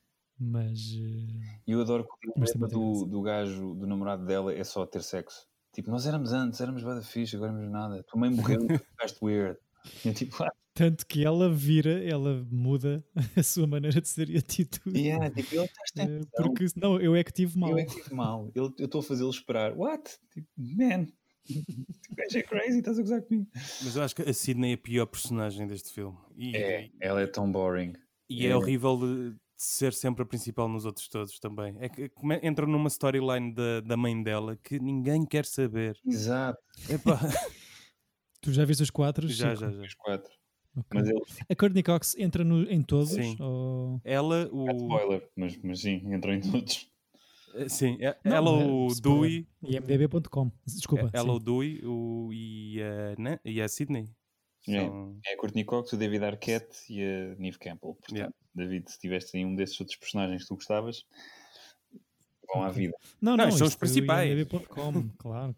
Mas eu adoro que o problema do gajo, do namorado dela, é só ter sexo. Tipo, nós éramos antes, éramos bué da fixe, agora não nada. A tua mãe morreu e tu ficaste weird. E eu tipo, Tanto que ela muda a sua maneira de ser e atitude. tipo, ele está Porque não, eu é que tive mal. Eu é que tive mal. Eu estou a fazê-lo esperar. What? Tipo, man. Tu gajo é crazy, estás a gozar comigo. Mas eu acho que a Sydney é a pior personagem deste filme. Ela é tão boring. E é horrível de ser sempre a principal nos outros todos também. É que entra numa storyline da mãe dela que ninguém quer saber. Exato. Epá. Tu já viste os 4? Já. Os 4. Okay. Mas ele... A Courtney Cox entra em todos? Sim. Ou... Ela, spoiler, mas sim, entrou em todos. Sim, ela, o Dewey. IMDb.com. Desculpa. Ela, sim. o Dewey e a Sydney. É a Courtney Cox, o David Arquette e a Neve Campbell. Portanto, David, se tiveste aí um desses outros personagens que tu gostavas, vão à vida. Não, são os principais. IMDb.com. Claro.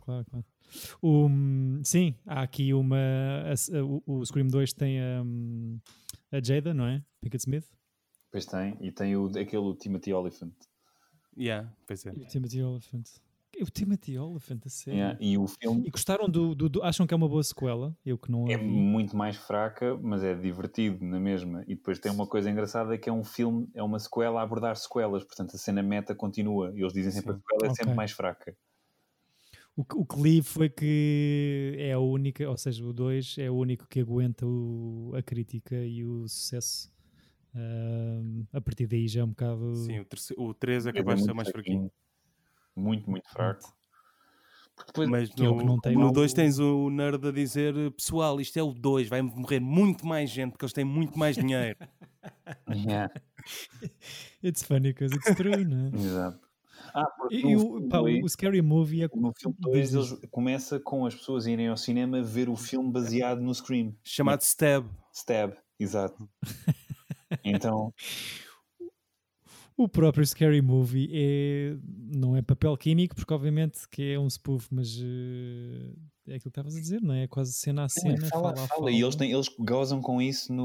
Sim, há aqui o Scream 2 tem a Jada, não é? Pinkett Smith. Pois tem, e tem aquele Timothy Olyphant. Pois é. O Timothy Olyphant. O Timothy Olyphant, a sério. E o filme... E gostaram acham que é uma boa sequela? Eu que não é muito mais fraca, mas é divertido na mesma. E depois tem uma coisa engraçada, que é um filme, é uma sequela a abordar sequelas. Portanto, a cena meta continua. E eles dizem sempre que a sequela é sempre mais fraca. O que li foi que é a única, ou seja, o 2 é o único que aguenta a crítica e o sucesso. A partir daí já é um bocado... Sim, o 3 é capaz de ser mais fraquinho. Muito, muito fraco. Depois, mas no 2 tens o nerd a dizer: pessoal, isto é o 2, vai morrer muito mais gente porque eles têm muito mais dinheiro. It's funny because it's true, não é? Exato. O Scary Movie no filme 2 eles começa com as pessoas irem ao cinema ver o filme baseado no Scream. Chamado Stab. Stab, exato. Então... O próprio Scary Movie não é papel químico, porque obviamente que é um spoof, mas é aquilo que estavas a dizer, não é? É quase cena a cena. Fala. E eles gozam com isso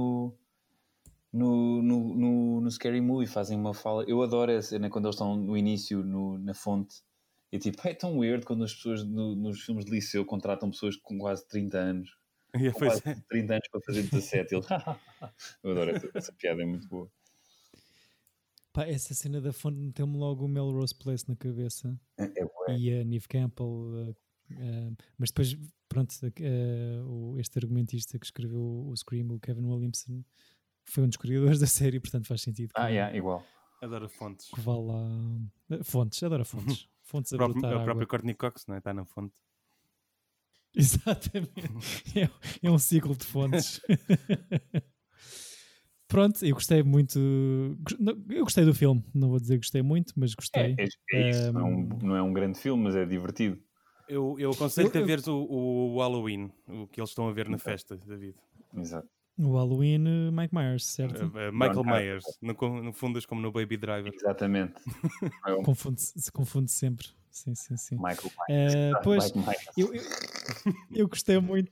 no Scary Movie, fazem uma fala. Eu adoro essa cena quando eles estão no início na fonte. E tipo, é tão weird quando as pessoas nos filmes de liceu contratam pessoas com quase 30 anos. Com quase 30 anos para fazer 17. Eu adoro essa piada, é muito boa. Essa cena da fonte meteu-me logo o Melrose Place na cabeça. E a Neve Campbell. Mas depois, pronto, este argumentista que escreveu o Scream, o Kevin Williamson, foi um dos criadores da série, portanto faz sentido. Igual. Adoro fontes. Que vá lá. Fontes, adoro fontes. Fontes a brotar água. A própria Courtney Cox, não é? Está na fonte. Exatamente. É um ciclo de fontes. Pronto, eu gostei muito. Eu gostei do filme, não vou dizer que gostei muito, mas gostei. É isso, não é um grande filme, mas é divertido. Eu aconselho-te a ver o Halloween, o que eles estão a ver na festa, David. Exato. O Halloween, Mike Myers, certo? Michael Myers, no fundas como no Baby Driver. Exatamente. Se confunde sempre. Sim. Michael Myers. Pois, eu gostei muito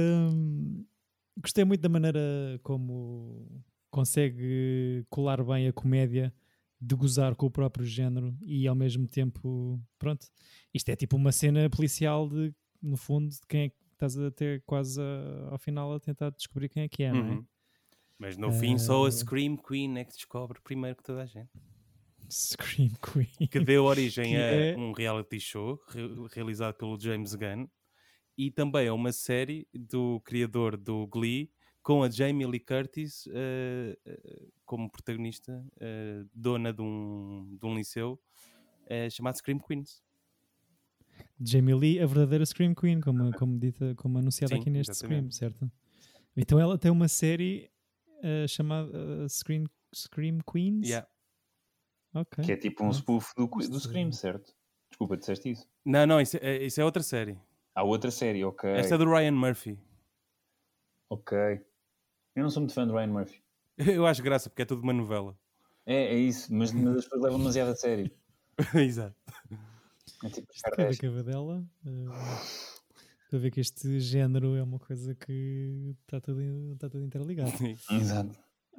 da maneira como consegue colar bem a comédia, de gozar com o próprio género e ao mesmo tempo, pronto, isto é tipo uma cena policial no fundo, de quem é que estás até quase ao final a tentar descobrir quem é que é, não é? Mas no fim só a Scream Queen é que descobre primeiro que toda a gente. Scream Queen. Que deu origem a um reality show realizado pelo James Gunn e também a uma série do criador do Glee, com a Jamie Lee Curtis como protagonista, dona de um liceu chamado Scream Queens. Jamie Lee, a verdadeira Scream Queen, como anunciada aqui neste exatamente. Scream, certo? Então ela tem uma série chamada Scream Queens? Yeah. Okay. Que é tipo um spoof do Scream, certo? Desculpa, disseste isso? Não, isso é outra série. Há outra série, ok. Esta é do Ryan Murphy. Ok. Eu não sou muito fã de Ryan Murphy. Eu acho graça, porque é tudo uma novela. É isso, mas as pessoas levam demasiado a sério. Exato. É tipo cada cavadela. Estou a ver que este género é uma coisa que está tudo interligado. Exato.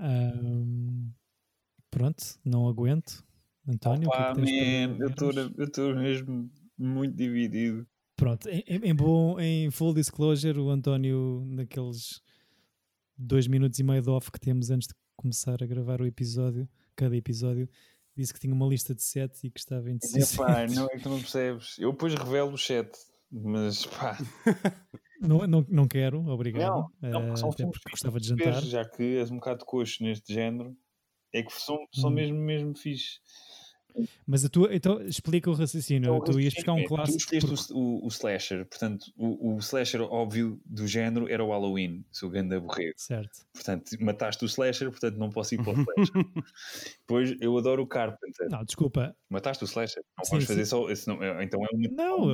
Pronto, não aguento. António, eu estou mesmo muito dividido. Pronto, em full disclosure, o António, naqueles 2 minutos e meio de off que temos antes de começar a gravar o episódio, cada episódio, disse que tinha uma lista de 7 e que estava indeciso. Epá, não é que tu não percebes. Eu depois revelo os 7, mas pá. Não quero, obrigado. Não, são Até filmes porque gostava de fixes, jantar. já que és um bocado coxo neste género, é que são mesmo fixe. Mas então explica o raciocínio. Então, Tu ias buscar um tu clássico. escolheste o slasher, portanto, o slasher óbvio do género era o Halloween, seu grande aborrego. Certo. Portanto, mataste o slasher, portanto não posso ir para o slasher. Depois, eu adoro o Carpenter. Não, desculpa. Mataste o slasher? Não Sim, vamos fazer sim. só... Então é uma... Não,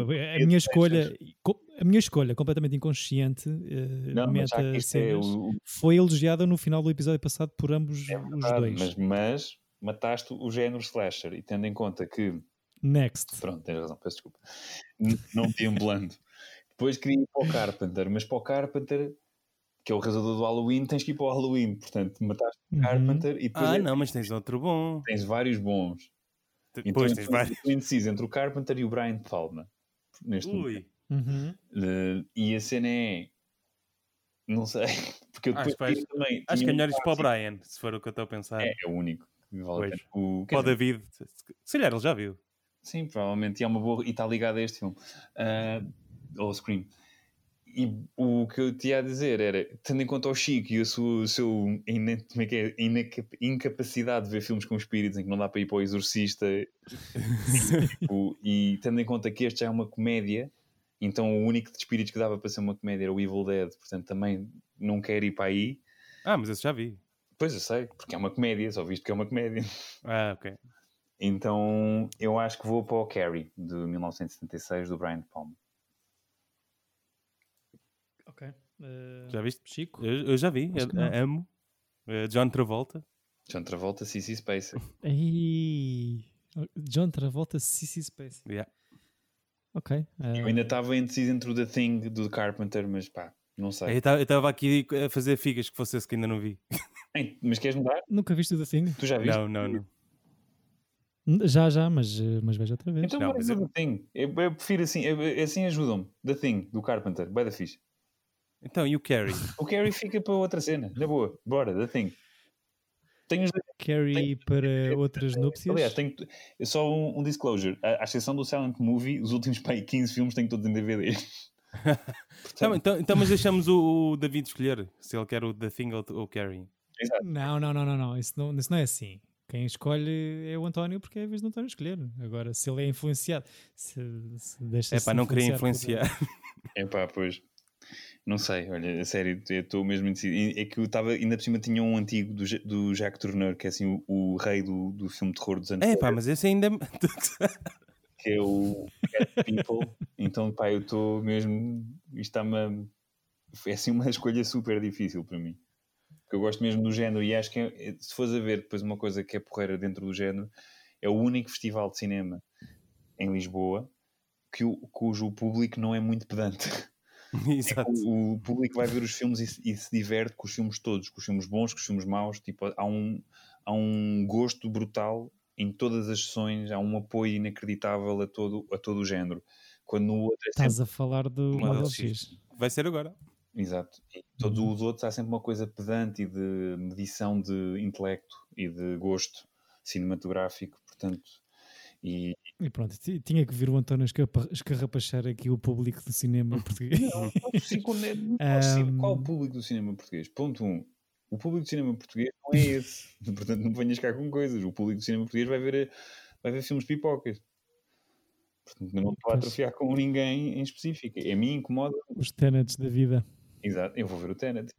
a minha escolha completamente inconsciente, Não, mas já que isto é cenas, foi elogiada no final do episódio passado por ambos os dois. Mas mataste o género slasher, e tendo em conta que... Next. Pronto, tens razão, peço desculpa. Não te embolando. Depois queria ir para o Carpenter, mas para o Carpenter, que é o realizador do Halloween, tens que ir para o Halloween. Portanto, mataste o Carpenter e depois... não, mas tens outro bom. Tens vários bons. Depois tens vários. Estou indeciso entre o Carpenter e o Brian De Palma. Neste momento. E a cena é... Não sei. Porque eu depois também... Acho que é melhor ir para o Brian, se for o que eu estou a pensar. É o único. Vale para o David. Se calhar ele já viu. Sim, provavelmente. E é uma boa... E está ligado a este filme. Ou Scream. E o que eu te ia dizer era, tendo em conta o Chico e o seu incapacidade de ver filmes com espíritos em que não dá para ir para o Exorcista, e tendo em conta que este já é uma comédia, então o único de espíritos que dava para ser uma comédia era o Evil Dead, portanto também não quero ir para aí. Mas esse já vi. Pois eu sei, porque é uma comédia, só visto que é uma comédia. Ok. Então eu acho que vou para o Carrie, de 1976, do Brian De Palma. Ok. Já viste? Chico? Eu já vi, amo. John Travolta. John Travolta, Sissy Spacek. John Travolta, Sissy Spacek. Yeah. Ok. Eu ainda estava indeciso entre o The Thing do Carpenter, mas pá, não sei. Eu estava aqui a fazer figas que fosse esse que ainda não vi. Mas queres mudar? Nunca viste o The Thing? Tu já viste? Não. Já, mas vejo outra vez. Então bora ver The Thing. Eu prefiro assim, assim ajudam-me. The Thing, do Carpenter, bué da fixe. Então, e o Carrie? O Carrie fica para outra cena, na boa. Bora, The Thing. Carrie para outras núpcias? Aliás, só um disclosure. À exceção do Silent Movie, os últimos 15 filmes tenho todos em DVD. Portanto... então, mas deixamos o David escolher se ele quer o The Thing ou o Carrie. Exato. Não. Isso não é assim. Quem escolhe é o António, porque é a vez do António escolher. Agora, se ele é influenciado, se deixa-se não queria influenciar. Pois. Não sei, olha, a sério, eu estou mesmo indeciso. É que eu estava, ainda por cima tinha um antigo do Jacques Tourneur, que é assim o rei do filme de terror dos anos 80. Mas esse ainda... que é o Cat People. Então, eu estou mesmo... Isto está-me... É assim uma escolha super difícil para mim. Porque eu gosto mesmo do género e acho que, se fores a ver depois uma coisa que é porreira dentro do género, é o único festival de cinema em Lisboa cujo público não é muito pedante. Exato. O público vai ver os filmes e se diverte com os filmes todos, com os filmes bons, com os filmes maus. Tipo, há um gosto brutal em todas as sessões, há um apoio inacreditável a todo o género. Quando no outro Estás a falar do Model X. Vai ser agora. Exato. E todos os outros há sempre uma coisa pedante e de medição de intelecto e de gosto cinematográfico, portanto... E pronto, tinha que vir o António escarrapachar aqui o público do cinema português. Qual o público do cinema português? Ponto 1. O público do cinema português não é esse. Portanto, não venhas cá com coisas. O público do cinema português vai ver filmes pipocas. Portanto, não estou a atrofiar com ninguém em específico. A mim incomoda. Os Tenets da vida. Exato, eu vou ver o Tenet.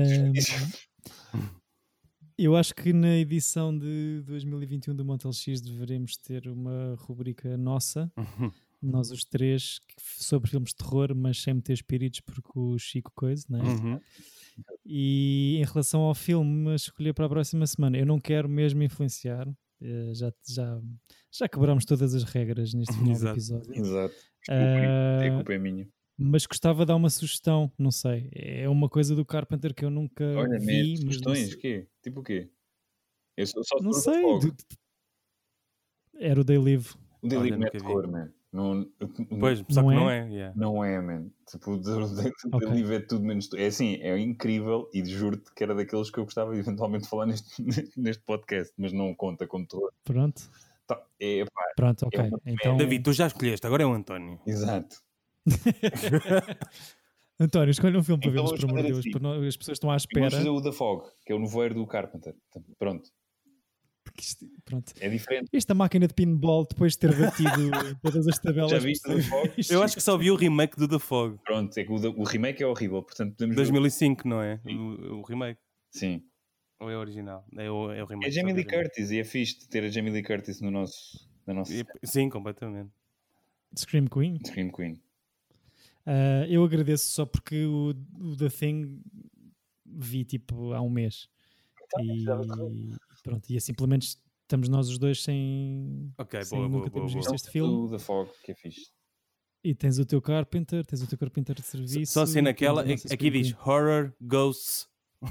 Eu acho que na edição de 2021 do Motel X deveremos ter uma rubrica nossa, nós os três, sobre filmes de terror, mas sem meter espíritos, porque o Chico coisa, não é? E em relação ao filme, escolher para a próxima semana, eu não quero mesmo influenciar, já quebramos todas as regras neste final do episódio. Exato, a culpa é minha. Mas gostava de dar uma sugestão, não sei. É uma coisa do Carpenter que eu nunca vi. Sugestões? Quê? Tipo o quê? Eu só não sei. Era o They Live. O They Live não é terror, man. Não, Pois, só Não que é? não é. Yeah. não é, man. Tipo, Ok. ali vê tudo menos tu. É assim, é incrível e juro-te que era daqueles que eu gostava de eventualmente falar neste podcast, mas não conta como terror. Pronto. Tá, é, pá, Pronto, é ok. uma Então, David, tu já escolheste, agora é o António. exato. António, escolha um filme para Então vermos, vamos por amor de fazer Deus. assim. As pessoas estão à Vamos espera. fazer o The Fog, que é o nevoeiro do Carpenter. Pronto, Porque pronto. é diferente. Esta máquina de pinball, depois de ter batido todas as tabelas. Já viste o The Fog? Eu acho que só vi o remake do The Fog. Pronto, é que o remake é horrível, portanto podemos ver. 2005, não é? Sim. O remake. Sim. Ou é o original? É o remake. É Jamie só Lee vi o remake. Curtis e é fixe ter a Jamie Lee Curtis no nosso, na nossa Sim, completamente. Scream Queen. Scream Queen. Eu agradeço só porque o The Thing vi tipo há um mês. E pronto, e assim pelo menos estamos nós os dois sem, Ok, sem boa, nunca boa, termos boa, visto boa. este filme. O The Fog, que é fixe. E tens o teu Carpenter de serviço. Só assim naquela, temos a nossa aqui Scream diz Queen. Horror Ghosts.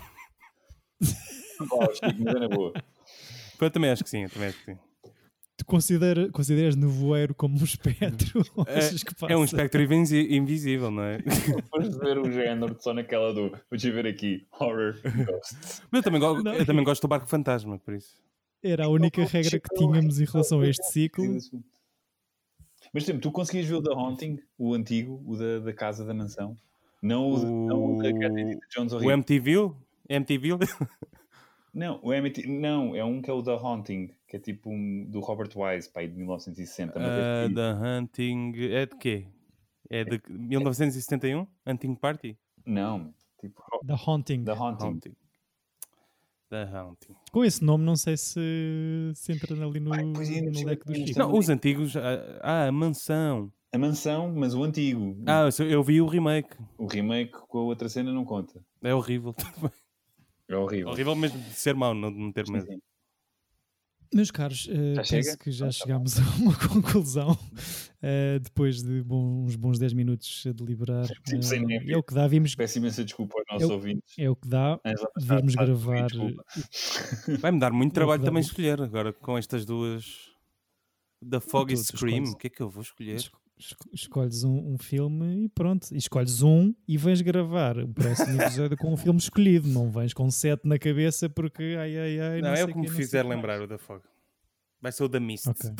Oh, Chico, mas é na boa. Eu também acho que sim, eu também acho que sim. Tu consideras nevoeiro como um espectro? Ou achas que É um passa? espectro invisível, não é? Depois de ver o género só naquela do. Vou te ver aqui. Horror Ghosts. Mas Não. eu também gosto do Barco Fantasma, por isso. Era a única regra que tínhamos em relação a este ciclo. Mas, por exemplo, tu conseguias ver o The Haunting, o antigo, o da casa da mansão? Não o da Catherine Jones O horrível. MTV? Não, não, é um que é o The Haunting, que é tipo do Robert Wise, pai, de 1960. Mas é The Hunting. É de quê? É de 1971? Hunting Party? não, tipo The Haunting. The Haunting. Haunting. The Haunting. Com esse nome, não sei se entra ali no, pois ainda por no cima leque do tínhamos Chico. Não, os antigos. A mansão. A mansão, mas o antigo. Eu vi o remake. O remake com a outra cena não conta. É horrível. É horrível. Horrível mesmo de ser mau, não ter medo. Sim. Meus caros, Já chega? penso que já chegámos a uma conclusão depois de uns bons 10 minutos a deliberar. Tipo, sem nem É o que dá, vimos. Peço imensa desculpa aos nossos ouvintes. É o que dá, Mas, virmos tá, gravar. desculpa. Vai-me dar muito trabalho dá também muito. escolher agora com estas duas. The Fog e Tu Scream. escolhes. O que é que eu vou escolher? Escolhes um filme e pronto. E escolhes um e vens gravar o próximo episódio com um filme escolhido. Não vens com 7 na cabeça porque ai. Não, é sei o que me quê, não sei fizer que lembrar mais. o The Fog. Vai ser o The Mist. Ok.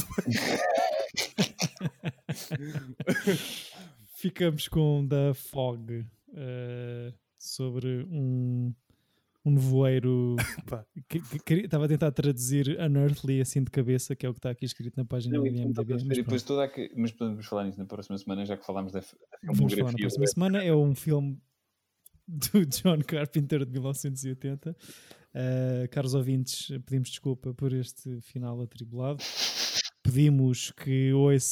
Ficamos com The Fog sobre um nevoeiro. Pá. Estava a tentar traduzir Unearthly assim de cabeça, que é o que está aqui escrito na página Não, do então, IMDb. e Mas depois pronto, mas podemos falar nisso na próxima semana, já que falámos da vamos falar na filmografia. próxima semana. É um filme do John Carpenter de 1980. Caros ouvintes, pedimos desculpa por este final atribulado. Pedimos que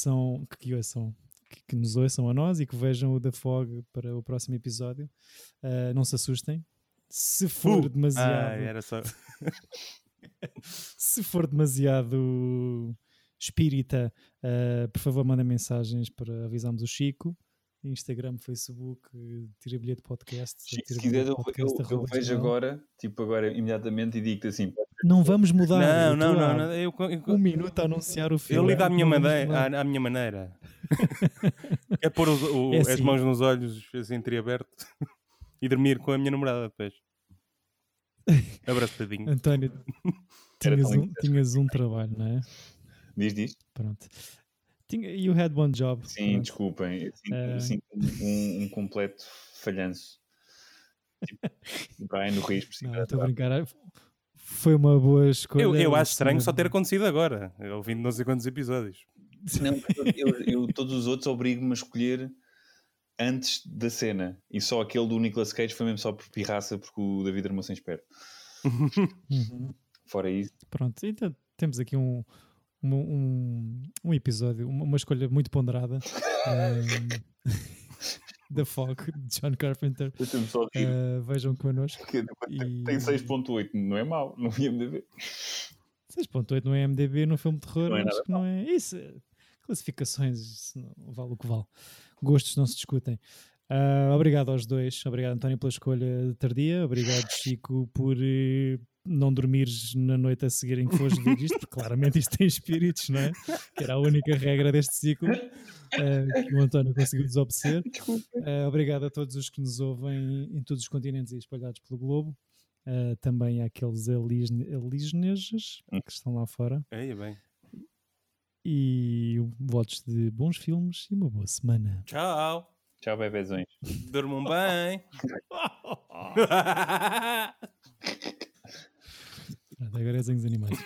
nos ouçam a nós e que vejam o The Fog para o próximo episódio. Não se assustem. Se for demasiado. Era só. Se for demasiado espírita, por favor, mandem mensagens para avisarmos o Chico. Instagram, Facebook, Tira Bilhete Podcast. Se quiser, eu vejo agora, imediatamente, e digo-te assim: Não vamos mudar. Não. Um minuto a anunciar o filme. Eu lido à minha Não vamos maneira. mudar. À minha maneira. É pôr É as assim. mãos nos olhos, assim, entreaberto, e dormir com a minha namorada depois. Abraçadinho. António, Era tão tinhas um trabalho, não é? Diz. Pronto. You had one job. Sim, Pronto. desculpem. Eu sinto um completo falhanço. Tipo, Brian no Rios, por cima. Não, estou a brincar. Foi uma boa escolha. Eu acho estranho só ter senhor. acontecido agora, ouvindo não sei quantos episódios. Não, eu todos os outros obrigo-me a escolher antes da cena. E só aquele do Nicolas Cage foi mesmo só por pirraça, porque o David armou-se esperto. Uhum. Fora isso. Pronto, então temos aqui um episódio, uma escolha muito ponderada. The Fog, de John Carpenter. Deixa-me só rir. Vejam connosco. Tem 6.8, não é mau, não ia me ver. 6.8 no IMDb no filme de terror, Não é acho nada que não é. Isso, classificações, isso não vale o que vale. Gostos não se discutem. Obrigado aos dois. Obrigado, António, pela escolha tardia. Obrigado, Chico, por não dormires na noite a seguir em que fores ver isto, porque claramente isto tem espíritos, não é? Que era a única regra deste ciclo que o António conseguiu desobedecer. Obrigado a todos os que nos ouvem em todos os continentes e espalhados pelo globo. Também àqueles alienígenas que estão lá fora. Bem. E votos de bons filmes e uma boa semana. Tchau. Tchau, bebezões. Dormam bem. Agora é desenhos animados.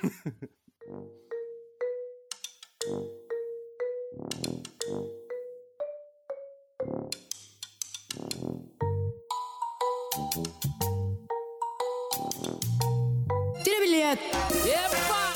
Tira bilhete! Epa!